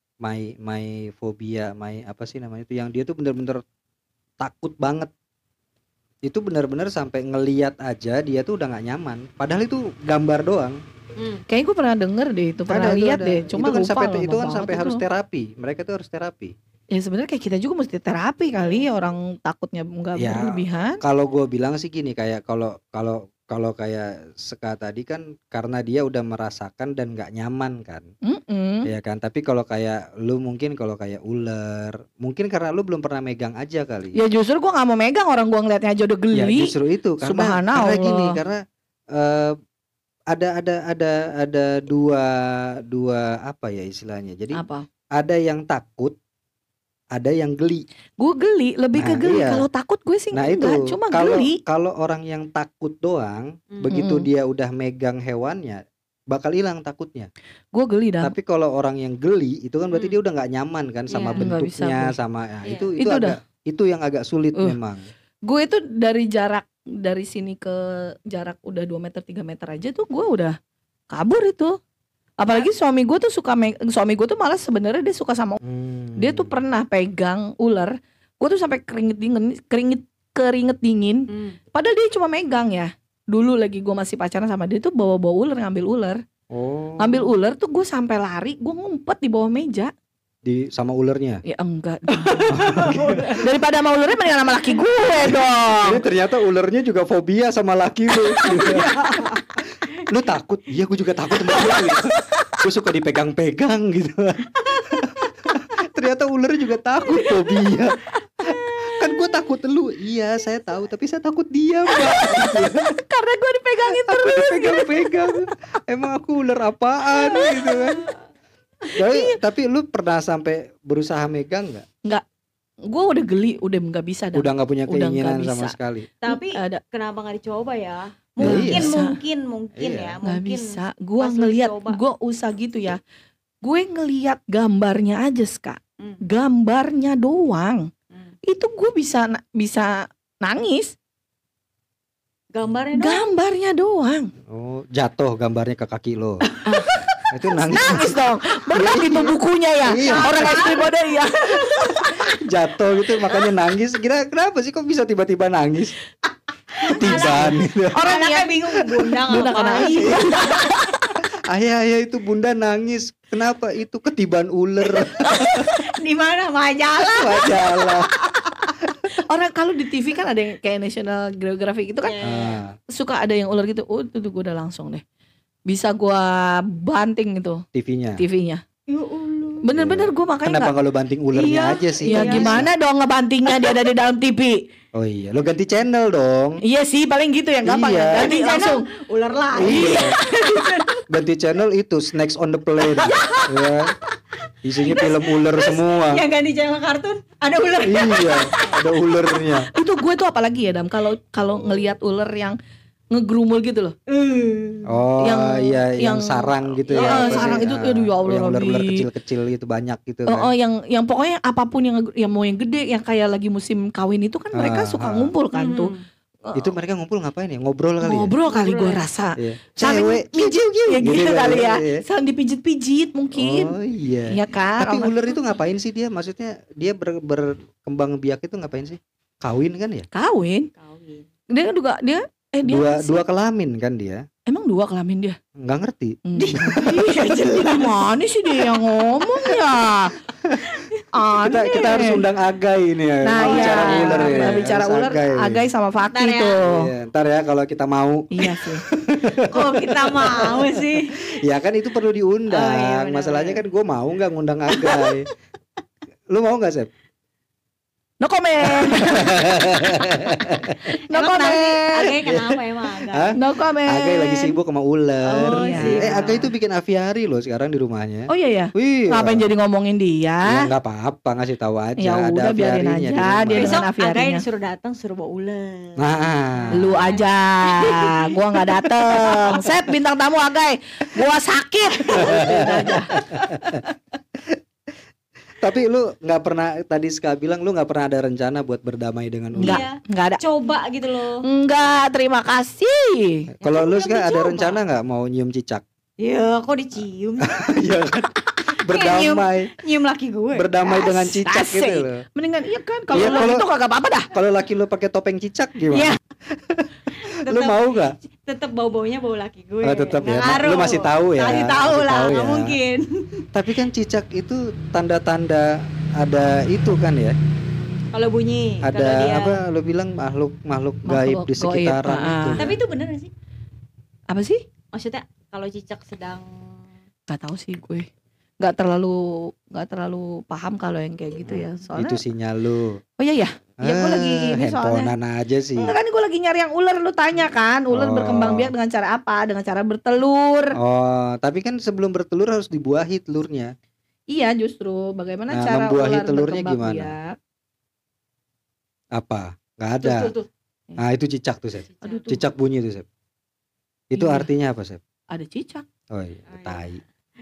My Phobia, apa sih namanya itu, yang dia tuh bener-bener takut banget. Itu bener-bener sampai ngeliat aja dia tuh udah nggak nyaman. Padahal itu gambar doang.
Kayaknya gue pernah denger deh itu, pernah lihat deh. Cuma
itu kan
lupa
sampai
lama
itu kan
banget
sampai
itu.
harus terapi. Mereka tuh harus terapi.
Ya sebenarnya kayak kita juga mesti terapi kali, orang takutnya nggak
Ya,
berlebihan.
Kalau gue bilang sih gini, kayak kalau kayak Seka tadi kan karena dia udah merasakan dan nggak nyaman kan, ya kan. Tapi kalau kayak lu mungkin kalau kayak ular, mungkin karena lu belum pernah megang aja kali.
Ya justru gue nggak mau megang, orang gue ngeliatnya aja udah geli.
Ya justru itu karena
Subhanallah.
gini, karena ada dua apa ya istilahnya. Jadi
Apa?
ada yang takut, ada yang geli.
Gue geli, lebih ke
Nah,
geli.
iya.
Kalau takut gue sih
Nah
enggak,
itu
cuma
kalau
geli.
kalau orang yang takut doang, begitu dia udah megang hewannya bakal hilang takutnya.
Gue geli dah.
Tapi kalau orang yang geli itu kan berarti dia udah nggak nyaman kan sama
Iya.
Nggak bisa
bentuknya,
gue.
sama
Iya.
itu
dah.
itu yang agak sulit memang.
Gue itu dari jarak, dari sini ke jarak udah 2 meter 3 meter aja tuh gue udah kabur itu. Apalagi suami gue tuh suami gue tuh malah sebenarnya dia suka sama dia tuh pernah pegang ular. Gue tuh sampai keringet dingin. Padahal dia cuma megang ya. Dulu lagi gue masih pacaran sama dia tuh bawa ular, ngambil ular.
Oh.
Ngambil ular tuh gue sampai lari, gue ngumpet di bawah meja.
Sama ularnya.
Ya enggak. Daripada sama ularnya mendingan sama laki gue dong.
Ini ternyata ularnya juga fobia sama laki lu. Lu takut? Iya, gue juga takut sama dia gitu. Gue suka dipegang-pegang gitu. Ternyata ularnya juga takut, fobia. Kan gue takut lu. Iya, saya tahu, tapi saya takut dia, Mbak.
Karena gue dipegangin
Aku
terus.
dipegang-pegang. Emang aku ular apaan gitu kan. Tapi lu pernah sampai berusaha megang nggak?
Enggak. Gue udah geli, udah nggak bisa dah.
Udah nggak punya
Udah
keinginan
nggak
sama
bisa.
sekali.
Tapi
Ada.
kenapa nggak dicoba ya?
Iya.
Mungkin
Iya.
ya,
Nggak
mungkin.
bisa. Gue
pas lu
ngelihat,
coba.
gue usah gitu ya. Gue ngelihat gambarnya aja, Ska.
Hmm.
Gambarnya doang. Itu gue bisa nangis.
Gambarnya doang.
Gambarnya doang.
Oh, jatuh gambarnya ke kaki lo. Itu nangis.
Nangis dong. Berat itu bukunya ya.
Iya.
Orang ekstrim ada ya.
Jatuh gitu makanya nangis. Kira kenapa sih kok bisa tiba-tiba nangis? Ketiban gitu.
Orang
Anaknya
ya
bingung, bunda
Bunda
ngapain?
Ayah itu bunda nangis. Kenapa? Itu ketiban ular.
Di mana majalah?
Majalah.
orang kalau di TV kan ada yang kayak National Geographic itu kan
Ah,
suka ada yang ular gitu. Oh, itu gue udah langsung deh. Bisa gue banting itu
TV-nya.
TV-nya.
Ya Allah.
Bener-bener gue makanya
Kenapa
nggak.
kalau banting ularnya
Iya.
aja sih?
Ya
Nggak
gimana dong ngebantingnya, dia ada di dalam TV.
bisa. Oh iya, lo ganti channel dong.
Iya sih paling gitu yang gampang
Iya.
ya. Ganti
Ganti
langsung.
Ular lain.
Iya. ganti channel itu Snakes on the Plane. Ya. Isinya film ular semua.
Yang ganti channel kartun ada ular.
Iya, ada ularnya.
Itu gue tuh apalagi ya Dam, kalau ngelihat ular yang ngegrumul gitu loh.
Oh yang sarang gitu ya.
Sarang itu aduh ya Allah,
yang ular-ular kecil-kecil gitu banyak gitu kan.
yang pokoknya apapun yang mau yang gede, yang kayak lagi musim kawin itu kan mereka suka ngumpul kan tuh.
Itu mereka ngumpul ngapain ya? Ngobrol kali
kali gue rasa.
Iya.
Cewek pijit ya gitu kali ya.
Iya.
Saling dipijit-pijit mungkin.
Oh iya.
Ya kan.
Tapi ular itu ngapain sih dia? Maksudnya dia berkembang biak itu ngapain sih? Kawin kan ya?
Kawin. Dia juga dia
dua kelamin kan dia?
Emang 2 kelamin dia?
Nggak ngerti.
Iya, jadi gimana sih dia yang ngomong ya?
Kita harus undang Agai ini ya.
Nah,
bicara ular ya.
Bicara ular Agai sama Fakih tuh.
Iya, ntar ya kalau kita mau.
Iya sih.
Kok kita mau sih?
Ya kan itu perlu diundang.
Iya,
masalahnya kan gue mau nggak ngundang Agai. Lu mau nggak, Sep?
No comment. No comment.
Agai kenapa emang Agai?
No comment.
Agai lagi sibuk sama ular.
Oh, iya.
Agai itu bikin aviari loh sekarang di rumahnya.
Oh iya ya.
Wih.
Ngapain jadi ngomongin
Ya
dia?
nggak apa-apa, ngasih tahu aja.
Ya
ada
udah, biarin
aviarinya di
aja,
rumah.
dia
Besok
dengan aviarinya.
Agai disuruh datang, suruh bawa ular.
Nah,
Lu aja, gua nggak dateng. Sep, bintang tamu Agai, gua sakit. Udah aja.
tapi lu nggak pernah, tadi Ska bilang lu nggak pernah ada rencana buat berdamai dengan ular.
Iya.
Nggak ada.
Coba gitu loh.
Enggak, terima kasih.
Kalau lu
belum
Ska ada
dicoba.
rencana nggak mau nyium cicak?
Ya kok dicium.
Iya kan? Berdamai,
Nyium laki gue.
berdamai dengan cicak
Asik.
gitu loh.
Mendingan iya kan, kalau
Iya,
lu
kalau-
itu kagak apa-apa dah.
Kalau laki lu pakai topeng cicak gimana?
Iya.
Lu mau nggak?
Tetep bau-baunya bau laki gue.
Oh, tetep ya.
Nggak ngaruh.
Lu masih tahu ya?
Masih tahu
Masih
lah,
tahu
nggak
ya.
mungkin.
Tapi kan cicak itu tanda-tanda ada itu kan ya?
Kalau bunyi,
Ada
kalau dia.
apa? Lu bilang makhluk gaib di
gaib,
sekitaran itu.
Tapi itu bener gak sih?
Apa sih?
Maksudnya kalau cicak sedang
Gak tahu sih gue. Gak terlalu paham kalau yang kayak gitu ya. Soalnya
Itu sinyal lu.
oh iya ya. Ya gue lagi ini soalnya.
handphonean aja sih.
Enggak kan, gue lagi nyari yang ular, lu tanya kan. Ular
Oh.
berkembang biak dengan cara apa? Dengan cara bertelur.
Oh, tapi kan sebelum bertelur harus dibuahi telurnya.
Iya, justru bagaimana
Nah,
cara
membuahi
ular
telurnya
berkembang
gimana?
biak.
Apa? Gak ada.
tuh.
Nah, itu cicak tuh, Sep.
Aduh, tuh.
Cicak bunyi tuh, Sep. Itu
Iya.
artinya apa, Sep?
Ada cicak.
Oh iya,
Oh, iya.
tai.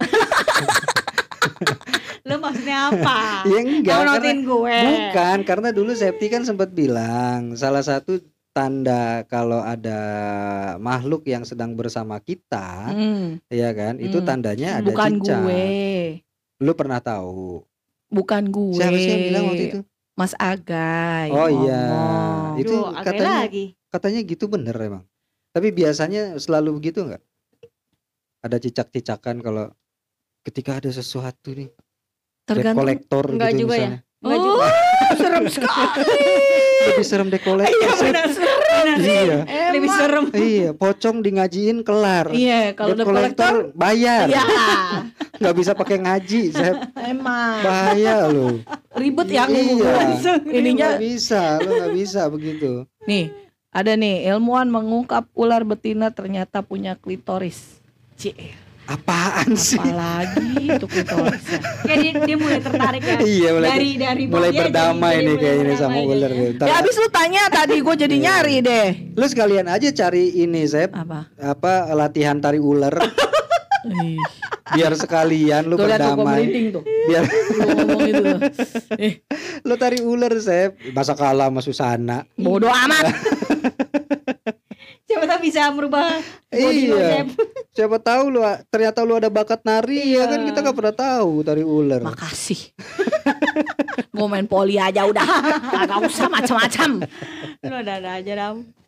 Lo maksudnya apa?
Ya enggak, karena,
Nautin gue.
bukan, karena dulu Septi kan sempat bilang salah satu tanda kalau ada makhluk yang sedang bersama kita, ya kan, itu
Hmm.
tandanya ada
Bukan
cicak.
gue.
Lu pernah tahu?
Bukan gue.
Siapa sih yang bilang waktu itu?
Mas Agai.
Oh iya,
ngomong.
itu
Duh, Agai lagi.
katanya gitu bener emang. Tapi biasanya selalu begitu nggak? Ada cicak-cicakan kalau ketika ada sesuatu nih, debt
Tergantung.
collector
Enggak
gitu
juga ya?
misalnya.
Enggak
Oh,
juga.
serem sekali.
Lebih serem debt collector.
Iya
Sep.
benar.
Iya.
Lebih serem.
Iya, pocong di ngajiin kelar.
Iya, kalau
Debt
udah kolektor,
bayar.
ya
Nggak bisa pakai ngaji, Sep.
emang
Bahaya lo.
ribet ya
Iya.
ngehubungin. Ininya
Nggak bisa, lo nggak bisa begitu.
nih, ada nih ilmuwan mengungkap ular betina ternyata punya klitoris. Cie,
Apaan sih?
apalagi itu klitorisnya.
Kayak dia mulai tertarik ya.
Iya,
dari
mulai
babinya
berdamai
jadi
nih
mulai
kayak ini sama
berdamai
ular
kayaknya.
nih. Ntar
Ya abis lu tanya tadi gue jadi
Iya.
nyari deh.
lu sekalian aja cari ini, Sep.
Apa?
Latihan tari ular
Ih,
biar sekalian lu
tuh lihat tuh gue
berdamai.
merinding tuh.
Biar
Lu ngomong itu tuh.
lu tari ular, Sep. Masa kalah sama Susana.
Bodoh amat.
Siapa tahu bisa merubah body lo,
Iya.
Sep.
Siapa tahu lu ternyata lu ada bakat nari, ya
Iya.
kan kita nggak pernah tahu tari ular.
Makasih. Gue main poli aja udah. Kagak usah macam-macam.
Lo ada aja, Dam.